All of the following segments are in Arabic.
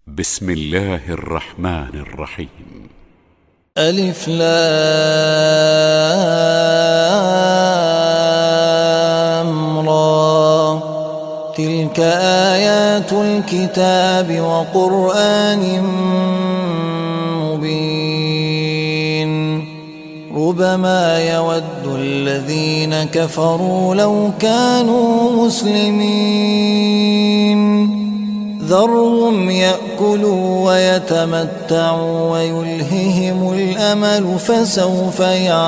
بسم الله الرحمن الرحيم. ألف لام را، تلك آيات الكتاب وقرآن مبين. ربما يود الذين كفروا لو كانوا مسلمين، ذرهم يأكلوا ويتمتعوا ويلههم الأمل فسوف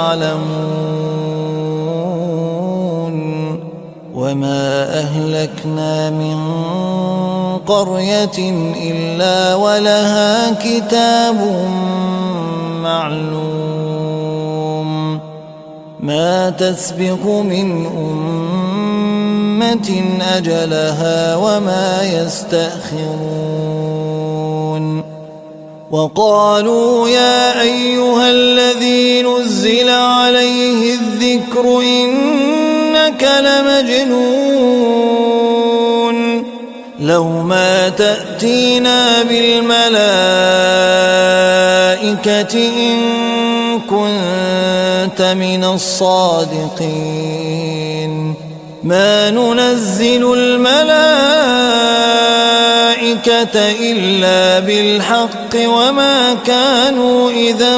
يعلمون. وما أهلكنا من قرية إلا ولها كتاب معلوم، ما تسبق من أمة أجلها وما يستأخرون. وقالوا يا أيها الذي نزل عليه الذكر إنك لمجنون، لو ما تأتينا بالملائكة إن كنت من الصادقين. ما ننزل الملائكة إلا بالحق وما كانوا إذا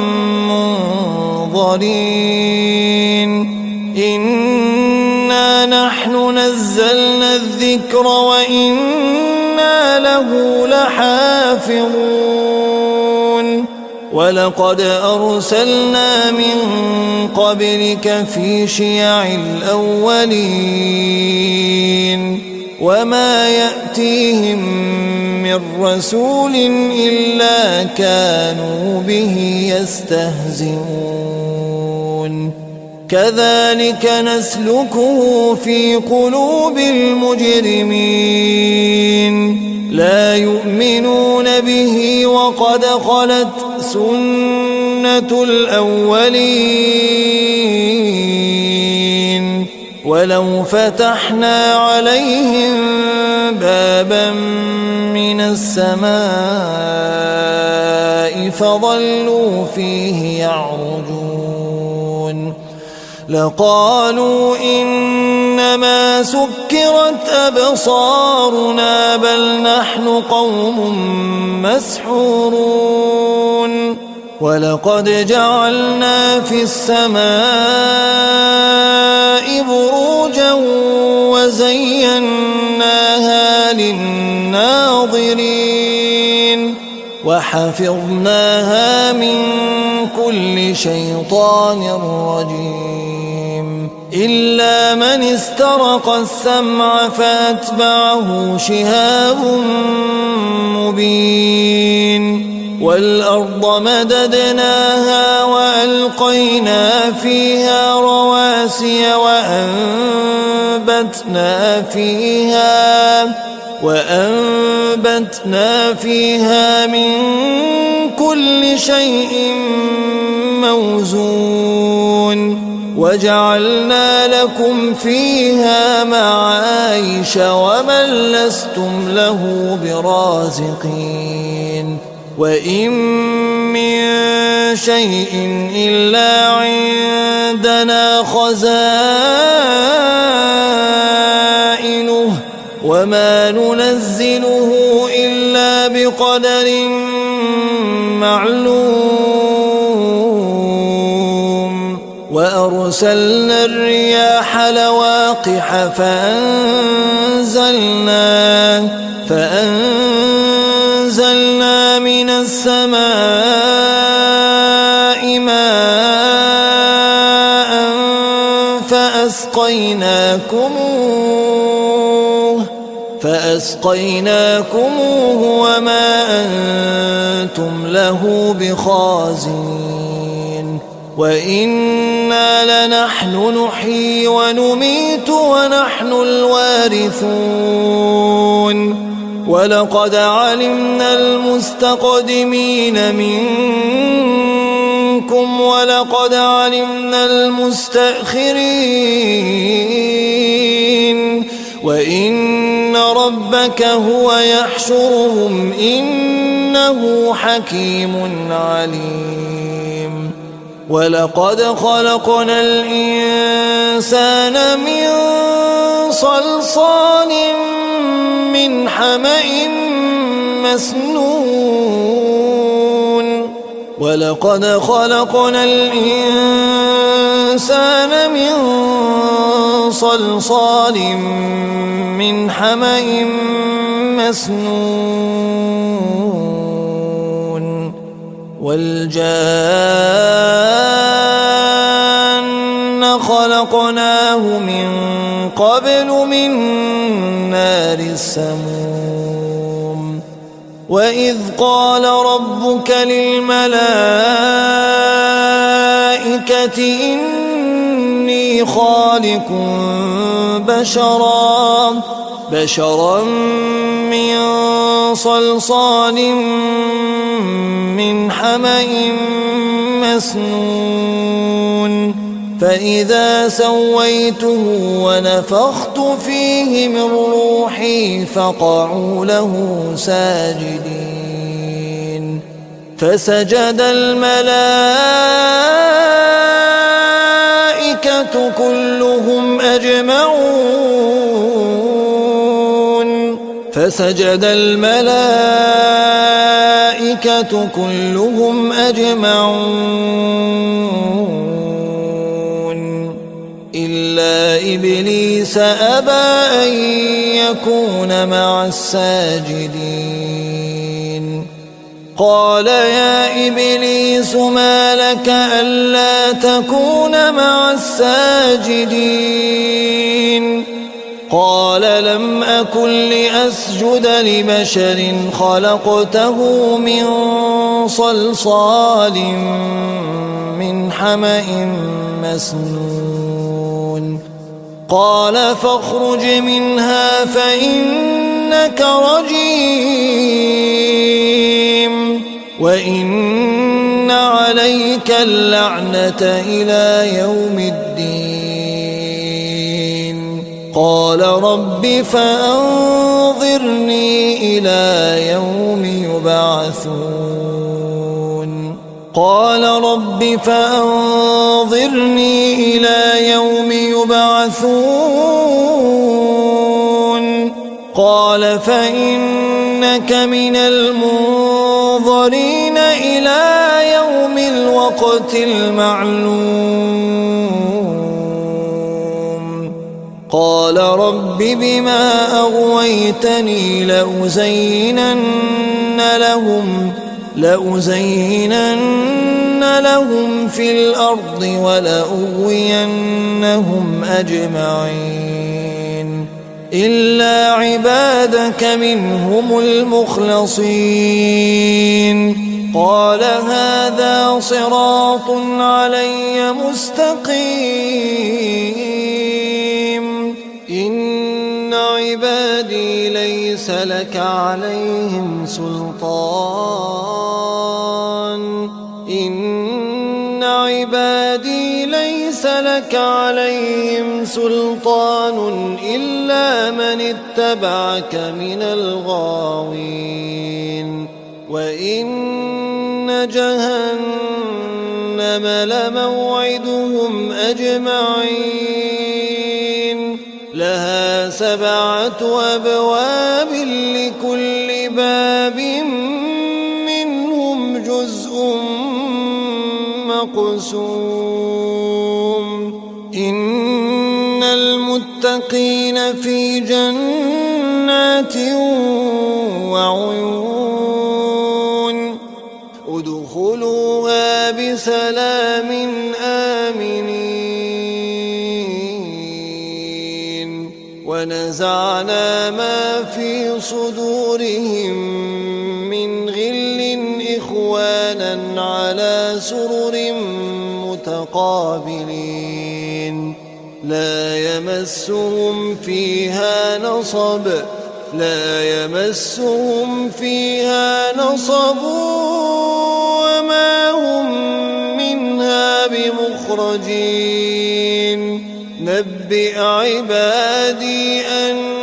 منظرين. إنا نحن نزلنا الذكر وإنا له لحافظون. ولقد أرسلنا من قبلك في شيع الأولين، وما يأتيهم من رسول إلا كانوا به يستهزئون. كذلك نسلكه في قلوب المجرمين، لا يؤمنون به وقد خلت سنة الأولين. ولو فتحنا عليهم بابا من السماء فظلوا فيه يعرجون لقالوا إنما سكرت أبصارنا بل نحن قوم مسحورون. ولقد جعلنا في السماء بروجا وزيناها للناظرين وحفظناها من كل شيطان رجيم، إلا من استرق السمع فأتبعه شهاب مبين. والأرض مددناها وألقينا فيها رواسي وأنبتنا فيها من كل شيء موزون. وجعلنا لكم فيها معايش ومن لستم له برازقين. وإن من شيء إلا عندنا خزائنه وما ننزله إلا بقدر معلوم. وأرسلنا الرياح لواقح فأنزلنا من السماء ماء فأسقيناكموه وما أنتم له بخازنين. وإنا لنحن نحيي ونميت ونحن الوارثون. ولقد علمنا المستقدمين منكم ولقد علمنا المستأخرين وإن ربك هو يحشرهم إنه حكيم عليم ولقد خلقنا الإنسان من صلصال من حمأ مسنون ولقد خلقنا الإنسان من صلصال من حمأ مسنون والجان خلقناه من قبل من نار السموم وإذ قال ربك للملائكة إني خالق بشرا من صلصال من حمأ مسنون فإذا سويته ونفخت فيه من روحي فقعوا له ساجدين فسجد الملائكة كلهم أجمعون إلا إبليس أبى أن يكون مع الساجدين قال يا إبليس ما لك ألا تكون مع الساجدين قال لم أكن لأسجد لبشر خلقته من صلصال من حمأ مسنون قال فاخرج منها فإنك رجيم وإن عليك اللعنة إلى يوم الدين قال رب فأنظرني إلى يوم يبعثون قال فإنك من المنظرين إلى يوم الوقت المعلوم قال رب بما أغويتني لأزينن لهم في الأرض ولأغوينهم أجمعين إلا عبادك منهم المخلصين قال هذا صراط علي مستقيم إن عبادي ليس لك عليهم سلطان إلا من اتبعك من الغاوين وإن جهنم لموعدهم أجمعين لها 7 أبواب لكل باب منهم جزء مقسوم إن المتقين في جنات وعيون ادخلوها بسلام آمنين ونزعنا ما في صدورهم من غل إخوانا على سرر متقابلين لا يمسهم فيها نصب وما هم منها بمخرجين نبئ عبادي أن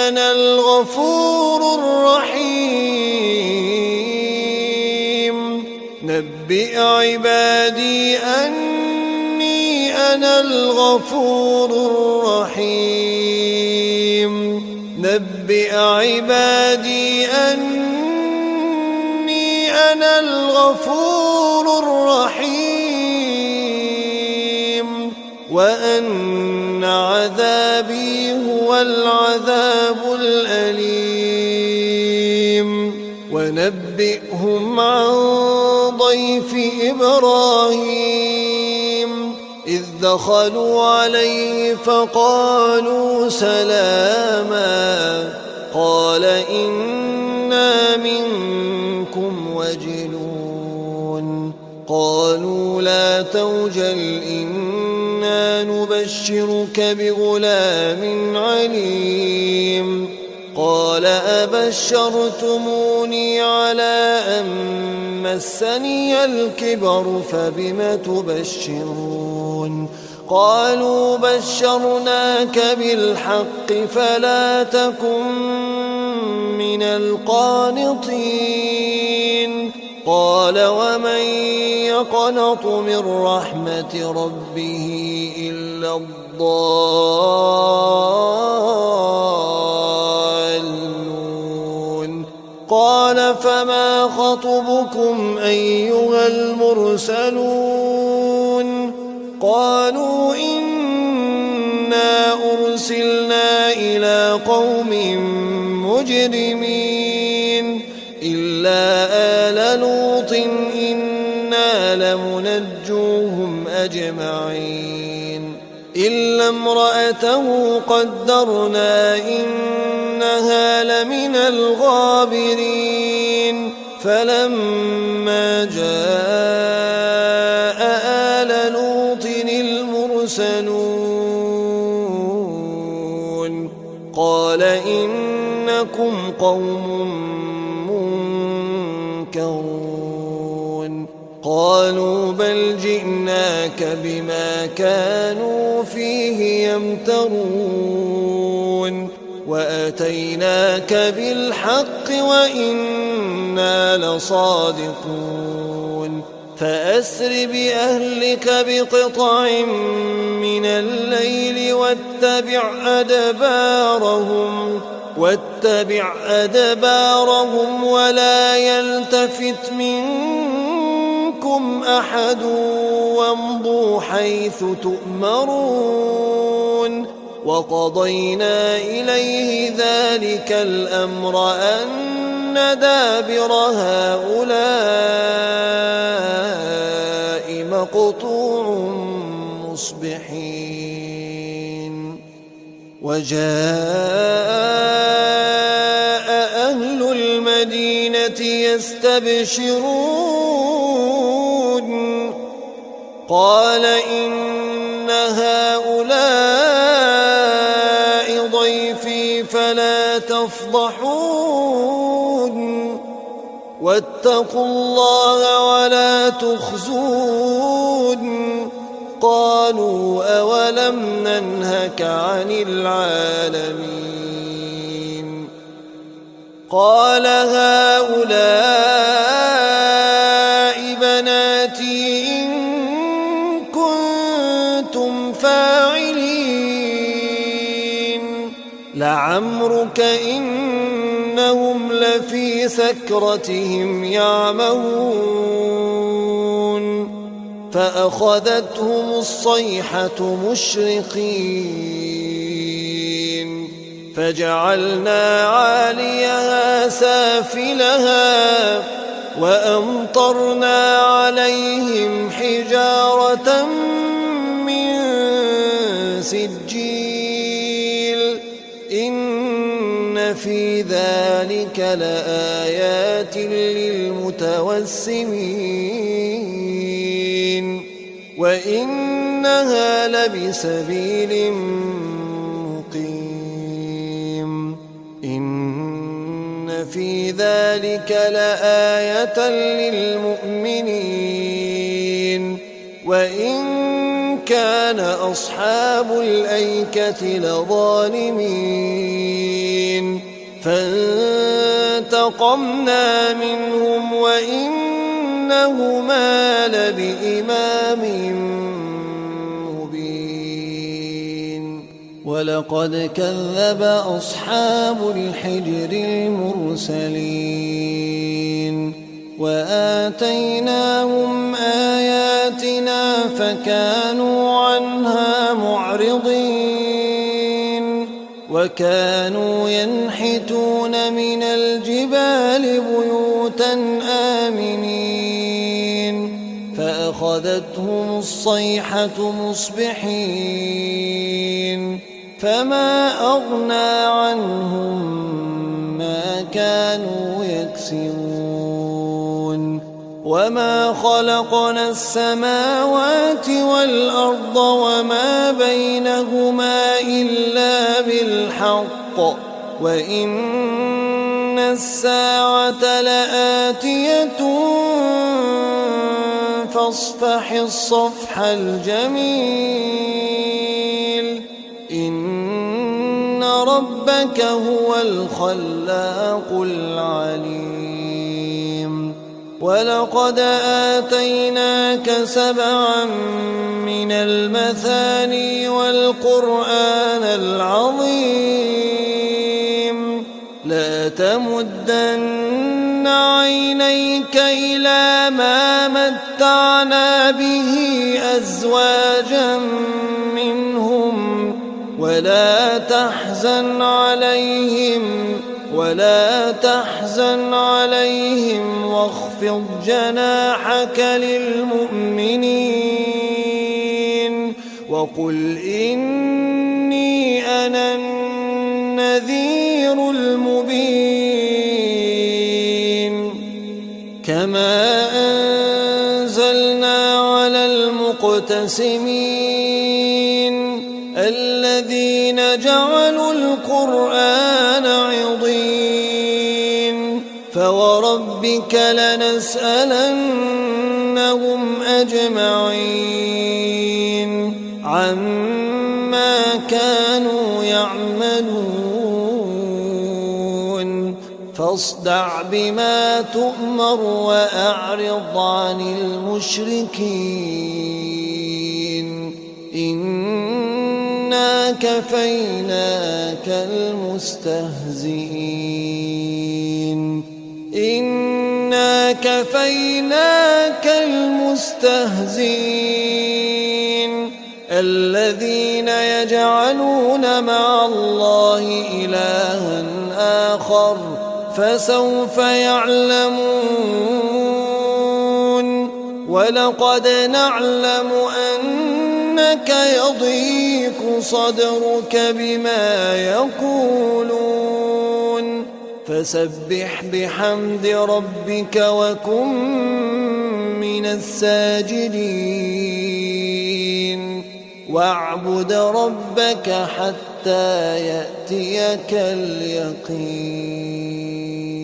أنا الغفور الرحيم نبئ عبادي أني أنا الغفور الرحيم نبئ عبادي أني أنا الغفور الرحيم وأن عذابي هو العذاب الأليم ونبئهم عن ضيف إبراهيم إذ دخلوا عليه فقالوا سلاما قال إنا منكم وجلون قالوا لا توجل إنا نبشرك بغلام عليم قال أبشرتموني على أن مسني الكبر فبم تبشرون قالوا بشرناك بالحق فلا تكن من القانطين قال ومن يقنط من رحمة ربه إلا الضالون قال فما خطبكم أيها المرسلون قالوا إنا أرسلنا إلى قوم مجرمين إلا آل لوط إنا لمنجوهم أجمعين إلا امرأته قدرنا إنها لمن الغابرين فلما جاء آل لوط المرسلون قال إنكم قوم منكرون قالوا بل جئناك بما كانوا فيه يمترون وأتيناك بالحق وإنا لصادقون فأسر بأهلك بقطع من الليل واتبع أدبارهم ولا يلتفت منكم أحد وامضوا حيث تؤمرون وقضينا إليه ذلك الأمر أن دابر هؤلاء مقطوع مصبحين وجاء أهل المدينة يستبشرون قال إن هؤلاء ضيفي فلا تفضحون واتقوا الله ولا تخزون قالوا أولم ننهك عن العالمين قال هؤلاء بناتي إن كنتم فاعلين لعمرك إنهم لفي سكرتهم يعمهون فأخذتهم الصيحة مشرقين فجعلنا عاليها سافلها وأمطرنا عليهم حجارة من سجيل إن في ذلك لآيات للمتوسمين وإنها لبسبيل مقيم إن في ذلك لآية للمؤمنين وإن كان أصحاب الأيكة لظالمين فانتقمنا منهم وإنهما لبإمام مبين ولقد كذب أصحاب الحجر المرسلين وآتيناهم آياتنا فكانوا عنها معرضين وكانوا ينحتون من الجبال بيوتا آمنين فأخذتهم الصيحة مصبحين فما أغنى عنهم ما كانوا يكسبون وما خلقنا السماوات والأرض وما بينهما إلا بالحق وإن الساعة لآتية فاصفح الصفح الجميل إن ربك هو الخلاق العليم ولقد آتيناك 7 من المثاني والقرآن العظيم لا تمدن عينيك إلى ما متعنا به أزواجا منهم ولا تحزن عليهم واخفض جناحك للمؤمنين وقل إني أنا النذير المبين كما أنزلنا على المقتسمين الذين جعلوا القرآن عضين فوربك لنسألنهم أجمعين عما كانوا يعملون فاصدع بما تؤمر وأعرض عن المشركين إنا كفيناك المستهزئين الذين يجعلون مع الله إلها آخر فسوف يعلمون ولقد نعلم أنك يضيق صدرك بما يقولون فسبح بحمد ربك وكن من الساجدين واعبد ربك حتى يأتيك اليقين.